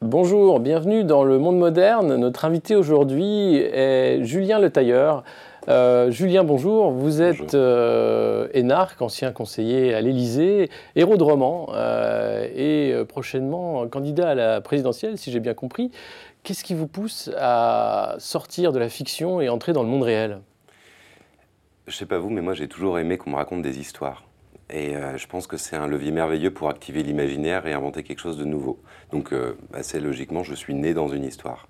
Bonjour, bienvenue dans Le Monde Moderne. Notre invité aujourd'hui est Julien Le Tailleur. Julien, bonjour. Vous êtes énarque, ancien conseiller à l'Élysée, héros de roman et prochainement candidat à la présidentielle, si j'ai bien compris. Qu'est-ce qui vous pousse à sortir de la fiction et entrer dans le monde réel ? Je sais pas vous, mais moi j'ai toujours aimé qu'on me raconte des histoires. Et je pense que c'est un levier merveilleux pour activer l'imaginaire et inventer quelque chose de nouveau. Donc assez logiquement, je suis né dans une histoire.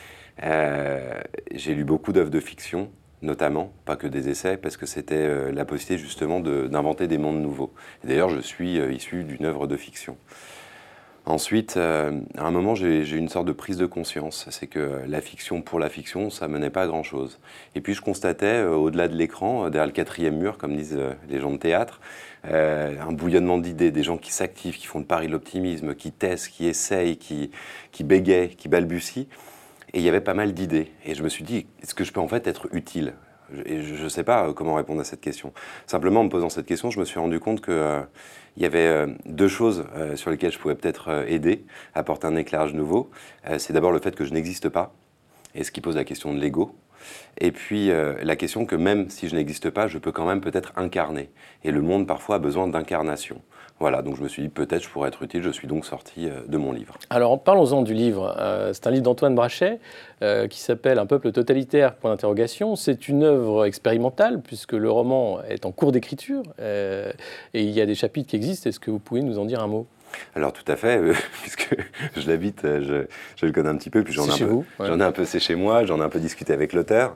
J'ai lu beaucoup d'œuvres de fiction, notamment, pas que des essais, parce que c'était la possibilité justement d'inventer des mondes nouveaux. Et d'ailleurs, je suis issu d'une œuvre de fiction. Ensuite, à un moment, j'ai eu une sorte de prise de conscience. C'est que la fiction pour la fiction, ça menait pas à grand-chose. Et puis je constatais, au-delà de l'écran, derrière le quatrième mur, comme disent les gens de théâtre, un bouillonnement d'idées, des gens qui s'activent, qui font le pari de l'optimisme, qui testent, qui essayent, qui bégayent, qui balbutient. Et il y avait pas mal d'idées. Et je me suis dit, est-ce que je peux en fait être utile ? Et je ne sais pas comment répondre à cette question. Simplement, en me posant cette question, je me suis rendu compte que il y avait deux choses sur lesquelles je pouvais peut-être aider, apporter un éclairage nouveau. C'est d'abord le fait que je n'existe pas, et ce qui pose la question de l'ego. Et puis la question que même si je n'existe pas, je peux quand même peut-être incarner. Et le monde, parfois, a besoin d'incarnation. Voilà, donc je me suis dit, peut-être je pourrais être utile. Je suis donc sorti de mon livre. Alors, parlons-en du livre. C'est un livre d'Antoine Brachet qui s'appelle « Un peuple totalitaire ». C'est une œuvre expérimentale puisque le roman est en cours d'écriture et il y a des chapitres qui existent. Est-ce que vous pouvez nous en dire un mot ? Alors tout à fait, puisque je l'habite, je le connais un petit peu, puis j'en ai un peu séché moi, j'en ai un peu discuté avec l'auteur.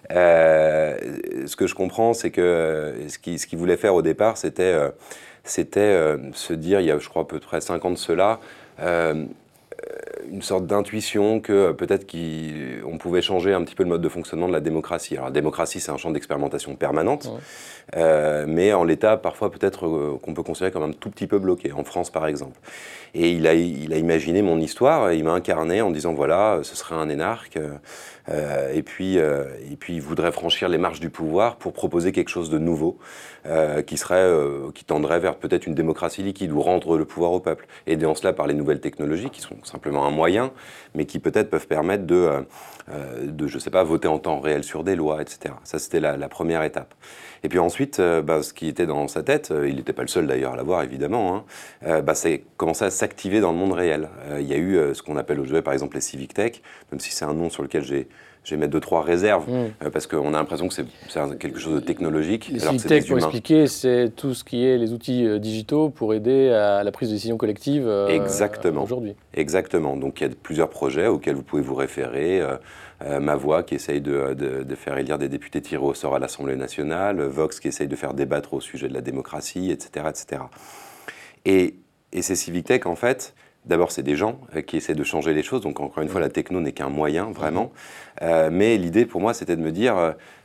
Ce que je comprends, c'est que ce qu'il voulait faire au départ, c'était se dire, il y a je crois à peu près 5 ans de cela, une sorte d'intuition que peut-être qu'on pouvait changer un petit peu le mode de fonctionnement de la démocratie. Alors la démocratie, c'est un champ d'expérimentation permanente, mais en l'état, parfois peut-être qu'on peut considérer comme un tout petit peu bloqué, en France par exemple. Et il a imaginé mon histoire, et il m'a incarné en disant voilà, ce serait un énarque, et puis il voudrait franchir les marches du pouvoir pour proposer quelque chose de nouveau, qui tendrait vers peut-être une démocratie liquide ou rendre le pouvoir au peuple. Aider en cela par les nouvelles technologies qui sont simplement un moyen, mais qui peut-être peuvent permettre de je sais pas, voter en temps réel sur des lois, etc. Ça, c'était la première étape. Et puis ensuite, ce qui était dans sa tête, il n'était pas le seul d'ailleurs à l'avoir évidemment, c'est commencer à s'activer dans le monde réel. Il y a eu ce qu'on appelle aujourd'hui par exemple les civic tech, même si c'est un nom sur lequel j'ai mettre 2-3 réserves, parce qu'on a l'impression que c'est quelque chose de technologique. Les civic tech, pour expliquer, c'est tout ce qui est les outils digitaux pour aider à la prise de décision collective aujourd'hui. Exactement. Donc il y a plusieurs projets auxquels vous pouvez vous référer. Ma Voix qui essaye de faire élire des députés tirés au sort à l'Assemblée nationale, Vox qui essaye de faire débattre au sujet de la démocratie, etc. etc. Et ces civic tech, en fait, d'abord, c'est des gens qui essaient de changer les choses. Donc, encore une fois, la techno n'est qu'un moyen, vraiment. Mais l'idée, pour moi, c'était de me dire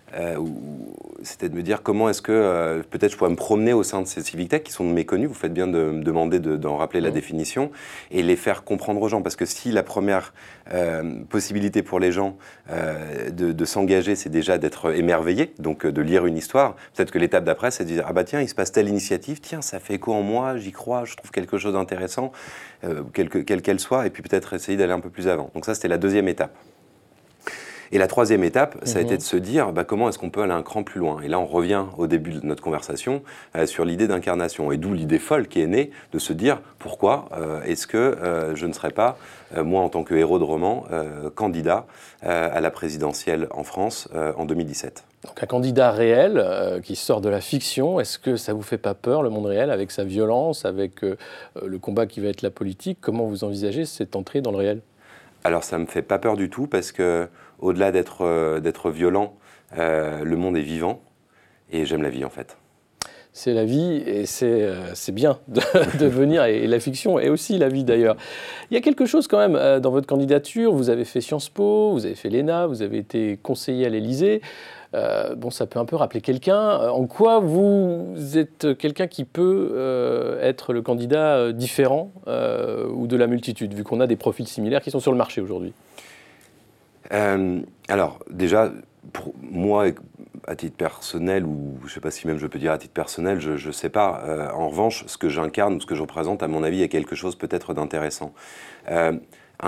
comment est-ce que peut-être je pourrais me promener au sein de ces civic tech qui sont méconnus. Vous faites bien de me demander d'en rappeler la définition et les faire comprendre aux gens. Parce que si la première possibilité pour les gens de s'engager, c'est déjà d'être émerveillés, donc de lire une histoire, peut-être que l'étape d'après, c'est de dire « Ah bah tiens, il se passe telle initiative, tiens, ça fait écho en moi, j'y crois, je trouve quelque chose d'intéressant, quelle qu'elle soit, et puis peut-être essayer d'aller un peu plus avant. » Donc ça, c'était la deuxième étape. Et la troisième étape, ça a été de se dire comment est-ce qu'on peut aller un cran plus loin. Et là, on revient au début de notre conversation sur l'idée d'incarnation. Et d'où l'idée folle qui est née de se dire pourquoi est-ce que je ne serais pas, moi en tant que héros de roman, candidat à la présidentielle en France en 2017. Donc un candidat réel qui sort de la fiction, est-ce que ça vous fait pas peur, le monde réel, avec sa violence, avec le combat qui va être la politique ? Comment vous envisagez cette entrée dans le réel ? Alors ça me fait pas peur du tout parce que au-delà d'être violent, le monde est vivant et j'aime la vie en fait. C'est la vie et c'est bien de venir, et la fiction est aussi la vie d'ailleurs. Il y a quelque chose quand même dans votre candidature, vous avez fait Sciences Po, vous avez fait l'ENA, vous avez été conseiller à l'Élysée. Ça peut un peu rappeler quelqu'un. En quoi vous êtes quelqu'un qui peut être le candidat différent ou de la multitude, vu qu'on a des profils similaires qui sont sur le marché aujourd'hui ? Alors, déjà, pour moi, à titre personnel, ou je ne sais pas si même je peux dire à titre personnel, je ne sais pas. En revanche, ce que j'incarne ou ce que je représente, à mon avis, est quelque chose peut-être d'intéressant. un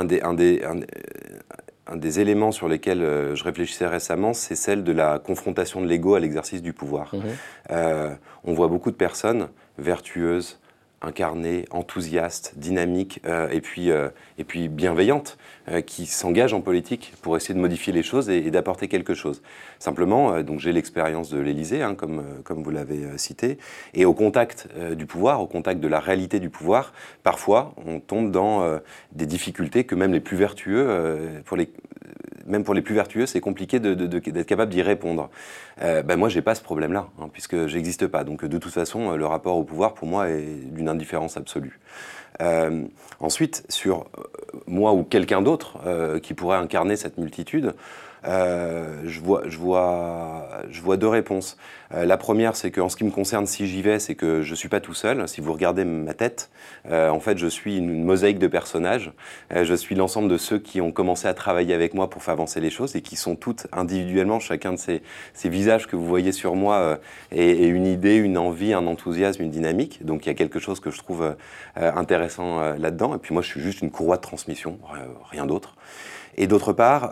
des éléments sur lesquels je réfléchissais récemment, c'est celle de la confrontation de l'ego à l'exercice du pouvoir. On voit beaucoup de personnes vertueuses, incarnées, enthousiastes, dynamiques et puis bienveillantes qui s'engagent en politique pour essayer de modifier les choses et d'apporter quelque chose. Simplement, donc j'ai l'expérience de l'Élysée, hein, comme vous l'avez cité, et au contact du pouvoir, au contact de la réalité du pouvoir, parfois on tombe dans des difficultés que même les plus vertueux, même pour les plus vertueux, c'est compliqué d'être capable d'y répondre. Moi, j'ai pas ce problème-là, hein, puisque j'existe pas. Donc, de toute façon, le rapport au pouvoir, pour moi, est d'une indifférence absolue. Ensuite, sur moi ou quelqu'un d'autre qui pourrait incarner cette multitude, je vois deux réponses. La première, c'est qu'en ce qui me concerne, si j'y vais, c'est que je ne suis pas tout seul. Si vous regardez ma tête, en fait, je suis une mosaïque de personnages. Je suis l'ensemble de ceux qui ont commencé à travailler avec moi pour faire avancer les choses et qui sont toutes individuellement, chacun de ces visages que vous voyez sur moi, et une idée, une envie, un enthousiasme, une dynamique. Donc il y a quelque chose que je trouve intéressant là-dedans. Et puis moi, je suis juste une courroie de transmission, rien d'autre. Et d'autre part,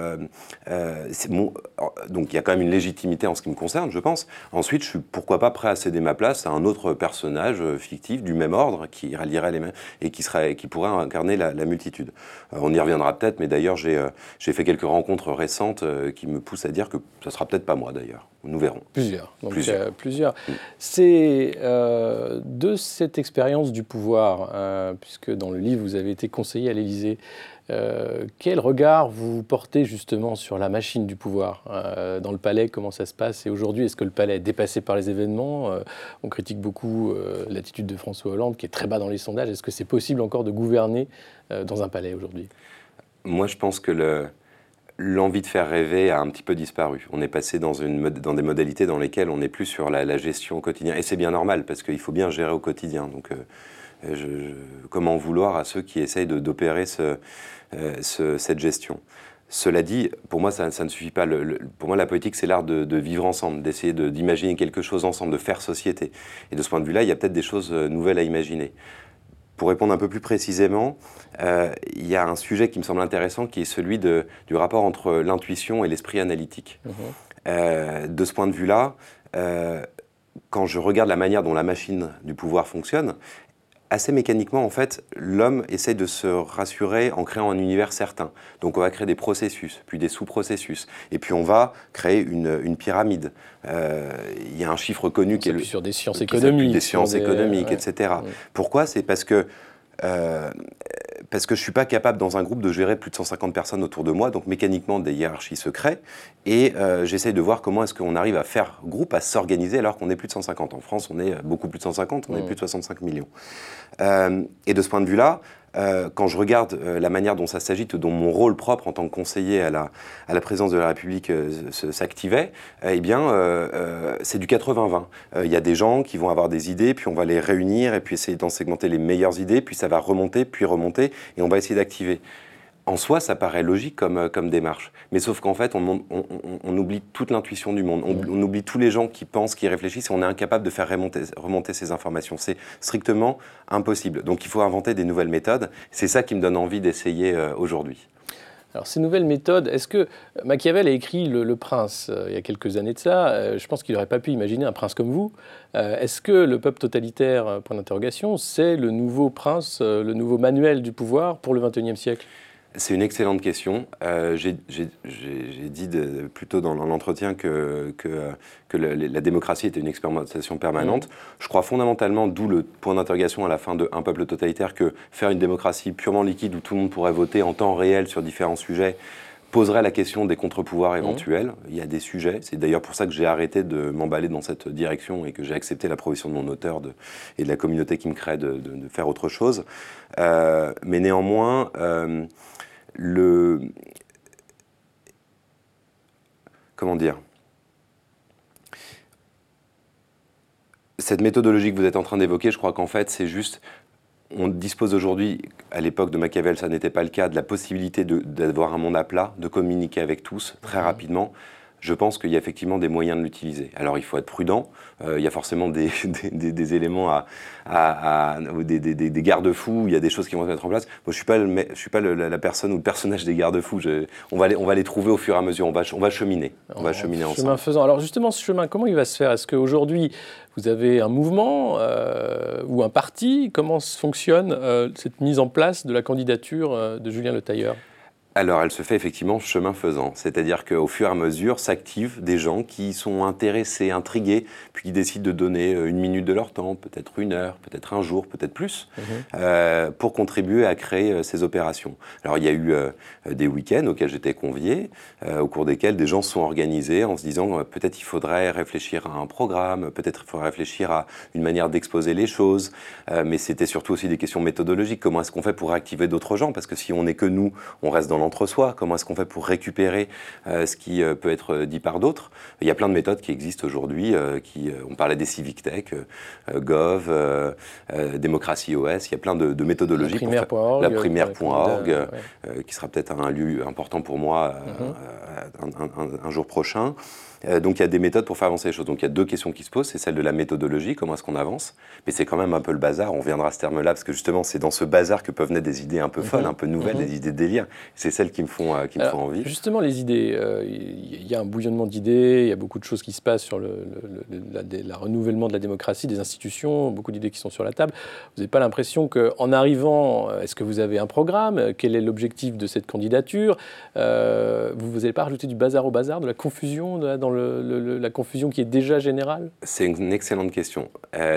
donc il y a quand même une légitimité en ce qui me concerne, je pense. Ensuite, je suis pourquoi pas prêt à céder ma place à un autre personnage fictif du même ordre qui rallierait les mêmes et qui pourrait incarner la multitude. On y reviendra peut-être, mais d'ailleurs j'ai fait quelques rencontres récentes qui me poussent à dire que ça sera peut-être pas moi d'ailleurs. Nous verrons. Plusieurs. C'est de cette expérience du pouvoir, puisque dans le livre vous avez été conseiller à l'Élysée. Quel regard vous portez justement sur la machine du pouvoir dans le palais, comment ça se passe? Et aujourd'hui, est-ce que le palais est dépassé par les événements? On critique beaucoup l'attitude de François Hollande, qui est très bas dans les sondages. Est-ce que c'est possible encore de gouverner dans un palais aujourd'hui? Moi, je pense que l'envie de faire rêver a un petit peu disparu. On est passé dans des modalités dans lesquelles on n'est plus sur la gestion au quotidien. Et c'est bien normal, parce qu'il faut bien gérer au quotidien. Donc, comment vouloir à ceux qui essayent d'opérer cette gestion? Cela dit, pour moi, ça ne suffit pas. Pour moi, la politique, c'est l'art de vivre ensemble, d'essayer d'imaginer quelque chose ensemble, de faire société. Et de ce point de vue-là, il y a peut-être des choses nouvelles à imaginer. Pour répondre un peu plus précisément, il y a un sujet qui me semble intéressant, qui est celui du rapport entre l'intuition et l'esprit analytique. De ce point de vue-là, quand je regarde la manière dont la machine du pouvoir fonctionne, assez mécaniquement, en fait, l'homme essaie de se rassurer en créant un univers certain. Donc on va créer des processus, puis des sous-processus, et puis on va créer une pyramide. Il y a un chiffre connu qui est sur des sciences économiques. Des sciences économiques, etc. Pourquoi? C'est parce que je ne suis pas capable dans un groupe de gérer plus de 150 personnes autour de moi, donc mécaniquement des hiérarchies se créent, et j'essaye de voir comment est-ce qu'on arrive à faire groupe, à s'organiser alors qu'on est plus de 150. En France, on est beaucoup plus de 150, on est plus de 65 millions. Et de ce point de vue-là, quand je regarde la manière dont ça s'agite, dont mon rôle propre en tant que conseiller à la présidence de la République s'activait, eh bien, c'est du 80-20. Il y a des gens qui vont avoir des idées, puis on va les réunir, et puis essayer d'en segmenter les meilleures idées, puis ça va remonter, puis remonter, et on va essayer d'activer. En soi, ça paraît logique comme démarche. Mais sauf qu'en fait, on oublie toute l'intuition du monde. On oublie tous les gens qui pensent, qui réfléchissent, et on est incapable de faire remonter ces informations. C'est strictement impossible. Donc il faut inventer des nouvelles méthodes. C'est ça qui me donne envie d'essayer aujourd'hui. Alors ces nouvelles méthodes, est-ce que Machiavel a écrit le Prince il y a quelques années de ça? Je pense qu'il n'aurait pas pu imaginer un prince comme vous. Est-ce que le peuple totalitaire, point d'interrogation, c'est le nouveau prince, le nouveau manuel du pouvoir pour le XXIe siècle? C'est une excellente question. J'ai dit plutôt dans l'entretien que la démocratie était une expérimentation permanente. Je crois fondamentalement, d'où le point d'interrogation à la fin de Un peuple totalitaire, que faire une démocratie purement liquide où tout le monde pourrait voter en temps réel sur différents sujets poserait la question des contre-pouvoirs éventuels. Il y a des sujets. C'est d'ailleurs pour ça que j'ai arrêté de m'emballer dans cette direction et que j'ai accepté la proposition de mon auteur et de la communauté qui me crée de faire autre chose. Mais néanmoins... Comment dire? Cette méthodologie que vous êtes en train d'évoquer, je crois qu'en fait, c'est juste... On dispose aujourd'hui, à l'époque de Machiavel, ça n'était pas le cas, de la possibilité d'avoir un monde à plat, de communiquer avec tous très rapidement. je pense qu'il y a effectivement des moyens de l'utiliser. Alors il faut être prudent, il y a forcément des éléments des garde-fous, il y a des choses qui vont se mettre en place. Moi je suis pas la personne ou le personnage des garde-fous, on va les trouver au fur et à mesure, on va cheminer, cheminer ensemble. Chemin faisant. Alors justement ce chemin, comment il va se faire? Est-ce qu'aujourd'hui vous avez un mouvement ou un parti? Comment fonctionne cette mise en place de la candidature de Julien Le Tailleur? Alors, elle se fait effectivement chemin faisant. C'est-à-dire qu'au fur et à mesure s'activent des gens qui sont intéressés, intrigués, puis qui décident de donner 1 minute de leur temps, peut-être 1 heure, peut-être 1 jour, peut-être plus, pour contribuer à créer ces opérations. Alors, il y a eu des week-ends auxquels j'étais convié, au cours desquels des gens se sont organisés en se disant peut-être il faudrait réfléchir à un programme, peut-être il faudrait réfléchir à une manière d'exposer les choses, mais c'était surtout aussi des questions méthodologiques. Comment est-ce qu'on fait pour activer d'autres gens? Parce que si on n'est que nous, on reste dans l'entre-soi. Comment est-ce qu'on fait pour récupérer ce qui peut être dit par d'autres? Il y a plein de méthodes qui existent aujourd'hui. On parlait des civic tech, Gov, Démocratie OS. Il y a plein de méthodologies. La primaire.org, qui sera peut-être un lieu important pour moi un jour prochain. Donc il y a des méthodes pour faire avancer les choses. Donc il y a 2 questions qui se posent, c'est celle de la méthodologie, comment est-ce qu'on avance, mais c'est quand même un peu le bazar, on reviendra à ce terme-là, parce que justement c'est dans ce bazar que peuvent naître des idées un peu folles, un peu nouvelles, des idées de délire, c'est celles qui me font envie. Justement les idées, il y a un bouillonnement d'idées, il y a beaucoup de choses qui se passent sur le renouvellement de la démocratie, des institutions, beaucoup d'idées qui sont sur la table. Vous n'avez pas l'impression qu'en arrivant, est-ce que vous avez un programme? Quel est l'objectif de cette candidature? Vous n'allez pas rajouter du bazar au bazar, de la confusion dans la confusion qui est déjà générale? C'est une excellente question.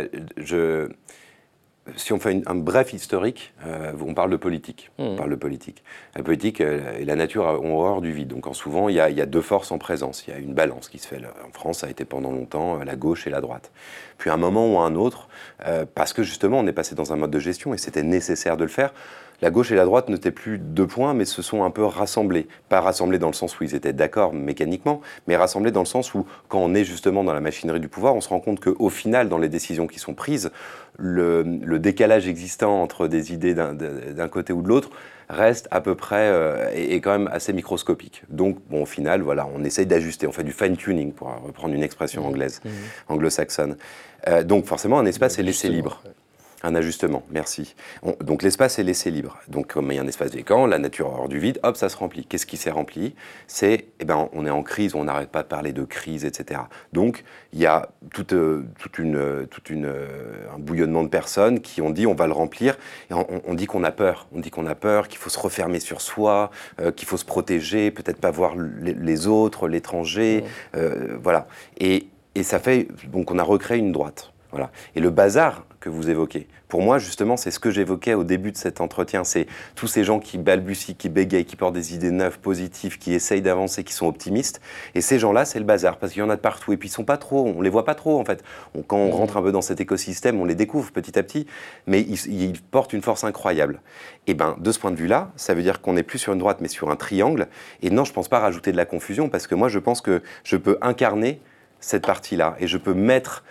Si on fait un bref historique, on parle de politique. On parle de politique. La politique et la nature ont horreur du vide. Donc souvent, il y a 2 forces en présence. Il y a une balance qui se fait. En France, ça a été pendant longtemps la gauche et la droite. Puis à un moment ou à un autre, parce que justement, on est passé dans un mode de gestion et c'était nécessaire de le faire, la gauche et la droite n'étaient plus 2 points, mais se sont un peu rassemblés. Pas rassemblés dans le sens où ils étaient d'accord mécaniquement, mais rassemblés dans le sens où, quand on est justement dans la machinerie du pouvoir, on se rend compte qu'au final, dans les décisions qui sont prises, le décalage existant entre des idées d'un côté ou de l'autre reste à peu près, est quand même assez microscopique. Donc, bon, au final, voilà, on essaye d'ajuster, on fait du fine-tuning, pour reprendre une expression anglaise, anglo-saxonne. Donc, forcément, un espace est laissé libre. Un ajustement, merci. Donc l'espace est laissé libre. Donc comme il y a un espace vacant, la nature hors du vide, hop, ça se remplit. Qu'est-ce qui s'est rempli? C'est, on est en crise, on n'arrête pas de parler de crise, etc. Donc il y a tout un bouillonnement de personnes qui ont dit on va le remplir. Et on dit qu'on a peur. On dit qu'on a peur, qu'il faut se refermer sur soi, qu'il faut se protéger, peut-être pas voir les autres, l'étranger, voilà. Et ça fait, donc on a recréé une droite. Voilà. Et le bazar que vous évoquez, pour moi, justement, c'est ce que j'évoquais au début de cet entretien. C'est tous ces gens qui balbutient, qui bégayent, qui portent des idées neuves, positives, qui essayent d'avancer, qui sont optimistes. Et ces gens-là, c'est le bazar, parce qu'il y en a de partout. Et puis, ils sont pas trop, on les voit pas trop, en fait. Quand on rentre un peu dans cet écosystème, on les découvre petit à petit, mais ils portent une force incroyable. Et de ce point de vue-là, ça veut dire qu'on n'est plus sur une droite, mais sur un triangle. Et non, je pense pas rajouter de la confusion, parce que moi, je pense que je peux incarner cette partie-là, et je peux mettre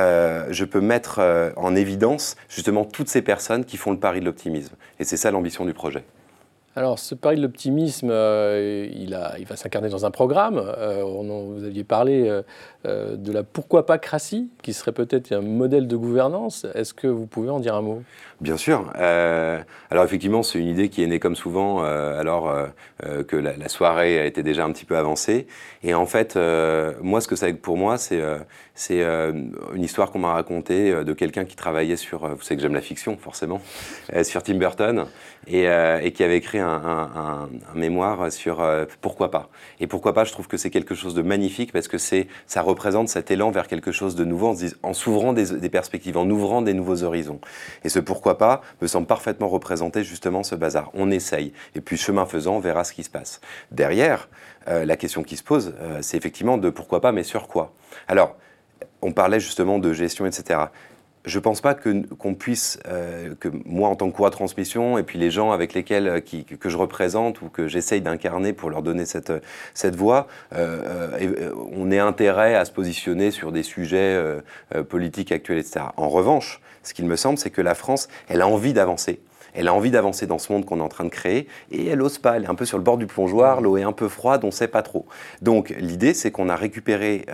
en évidence justement toutes ces personnes qui font le pari de l'optimisme. Et c'est ça l'ambition du projet. Alors, ce pari de l'optimisme, il va s'incarner dans un programme. Vous aviez parlé de la pourquoi pas cratie, qui serait peut-être un modèle de gouvernance. Est-ce que vous pouvez en dire un mot? Bien sûr. Alors effectivement, c'est une idée qui est née comme souvent, que la soirée a été déjà un petit peu avancée. Et en fait, moi, ce que ça pour moi, c'est une histoire qu'on m'a racontée de quelqu'un qui travaillait sur, vous savez que j'aime la fiction, forcément, sur Tim Burton, et qui avait écrit un mémoire sur pourquoi pas. Et pourquoi pas, je trouve que c'est quelque chose de magnifique parce que ça représente cet élan vers quelque chose de nouveau en s'ouvrant des perspectives, en ouvrant des nouveaux horizons. Et ce pourquoi pas me semble parfaitement représenter justement ce bazar. On essaye, et puis chemin faisant, on verra ce qui se passe. Derrière, la question qui se pose, c'est effectivement de pourquoi pas, mais sur quoi? Alors, on parlait justement de gestion, etc. Je ne pense pas qu'on puisse, que moi en tant que courroie de transmission, et puis les gens avec lesquels que je représente ou que j'essaye d'incarner pour leur donner cette voix, on ait intérêt à se positionner sur des sujets politiques actuels, etc. En revanche, ce qu'il me semble, c'est que la France, elle a envie d'avancer. Elle a envie d'avancer dans ce monde qu'on est en train de créer et elle n'ose pas. Elle est un peu sur le bord du plongeoir, l'eau est un peu froide, on ne sait pas trop. Donc l'idée, c'est qu'on a récupéré,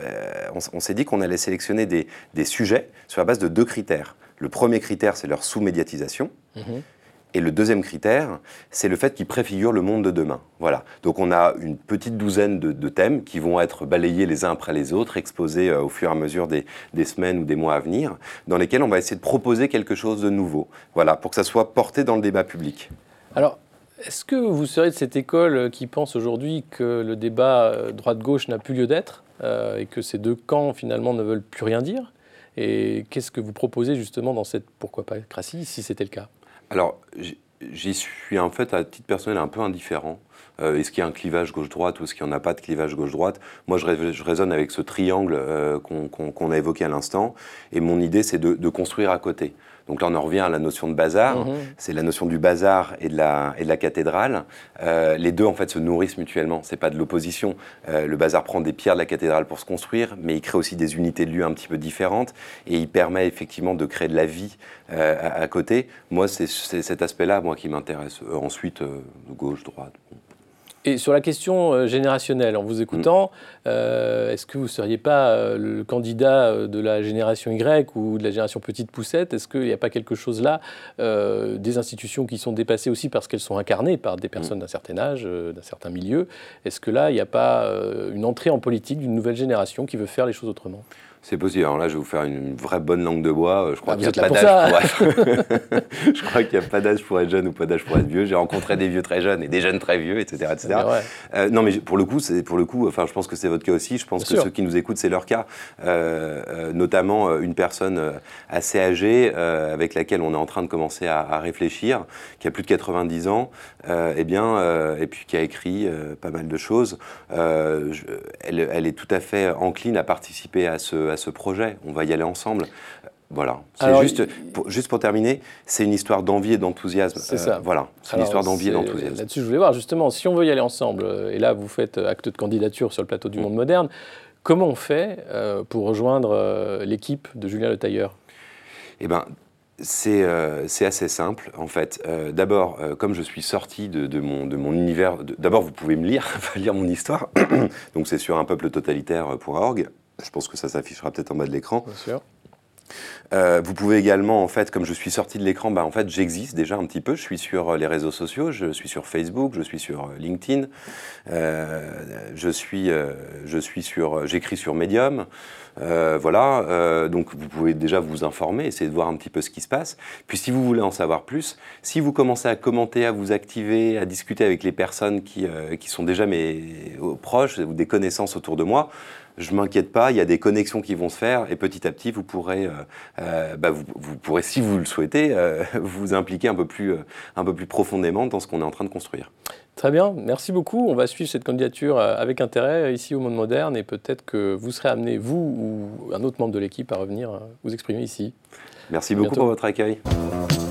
on s'est dit qu'on allait sélectionner des sujets sur la base de 2 critères. Le premier critère, c'est leur sous-médiatisation. Et le deuxième critère, c'est le fait qu'ils préfigurent le monde de demain. Voilà. Donc on a une petite douzaine de thèmes qui vont être balayés les uns après les autres, exposés au fur et à mesure des semaines ou des mois à venir, dans lesquels on va essayer de proposer quelque chose de nouveau, voilà, pour que ça soit porté dans le débat public. Alors, est-ce que vous serez de cette école qui pense aujourd'hui que le débat droite-gauche n'a plus lieu d'être et que ces 2 camps, finalement, ne veulent plus rien dire? Et qu'est-ce que vous proposez justement dans cette pourquoi pas cratie, si c'était le cas? Alors, j'y suis en fait à titre personnel un peu indifférent. Est-ce qu'il y a un clivage gauche-droite ou est-ce qu'il n'y en a pas de clivage gauche-droite? Moi, je raisonne avec ce triangle qu'on a évoqué à l'instant. Et mon idée, c'est de construire à côté. Donc là, on en revient à la notion de bazar. C'est la notion du bazar et de la cathédrale. Les deux, en fait, se nourrissent mutuellement. C'est pas de l'opposition. Le bazar prend des pierres de la cathédrale pour se construire, mais il crée aussi des unités de lieu un petit peu différentes. Et il permet effectivement de créer de la vie à côté. Moi, c'est cet aspect-là, moi, qui m'intéresse. Ensuite, gauche, droite. Bon. Et sur la question générationnelle, en vous écoutant, est-ce que vous ne seriez pas le candidat de la génération Y ou de la génération petite poussette? Est-ce qu'il n'y a pas quelque chose là, des institutions qui sont dépassées aussi parce qu'elles sont incarnées par des personnes d'un certain âge, d'un certain milieu? Est-ce que là, il n'y a pas une entrée en politique d'une nouvelle génération qui veut faire les choses autrement? C'est possible. Alors là, je vais vous faire une vraie bonne langue de bois. Je crois qu'il n'y a pas d'âge je crois qu'il n'y a pas d'âge pour être jeune ou pas d'âge pour être vieux. J'ai rencontré des vieux très jeunes et des jeunes très vieux, etc., etc. Non, mais pour le coup, enfin, je pense que c'est votre cas aussi. Je pense que ceux qui nous écoutent, c'est leur cas. Notamment une personne assez âgée avec laquelle on est en train de commencer à réfléchir, qui a plus de 90 ans, et puis qui a écrit pas mal de choses. Elle est tout à fait encline à participer à ce projet. On va y aller ensemble. Voilà. Alors, juste pour terminer, c'est une histoire d'envie et d'enthousiasme. C'est ça. Voilà. C'est une histoire d'envie et d'enthousiasme. Là-dessus, je voulais voir justement, si on veut y aller ensemble, et là vous faites acte de candidature sur le plateau du Monde Moderne, comment on fait pour rejoindre l'équipe de Julien Le Tailleur? Eh bien, c'est assez simple, en fait. D'abord, comme je suis sorti de mon univers, d'abord, vous pouvez me lire mon histoire. Donc, c'est sur unpeupletotalitaire.org. Je pense que ça s'affichera peut-être en bas de l'écran. Bien sûr. Vous pouvez également, en fait, comme je suis sorti de l'écran, en fait, j'existe déjà un petit peu. Je suis sur les réseaux sociaux, je suis sur Facebook, je suis sur LinkedIn, j'écris sur Medium. Voilà, donc vous pouvez déjà vous informer, essayer de voir un petit peu ce qui se passe. Puis si vous voulez en savoir plus, si vous commencez à commenter, à vous activer, à discuter avec les personnes qui sont déjà mes proches ou des connaissances autour de moi, je ne m'inquiète pas, il y a des connexions qui vont se faire et petit à petit, vous pourrez, vous pourrez, si vous le souhaitez, vous impliquer un peu plus profondément dans ce qu'on est en train de construire. Très bien, merci beaucoup. On va suivre cette candidature avec intérêt ici au Monde Moderne et peut-être que vous serez amené, vous ou un autre membre de l'équipe, à revenir vous exprimer ici. Merci beaucoup pour votre accueil.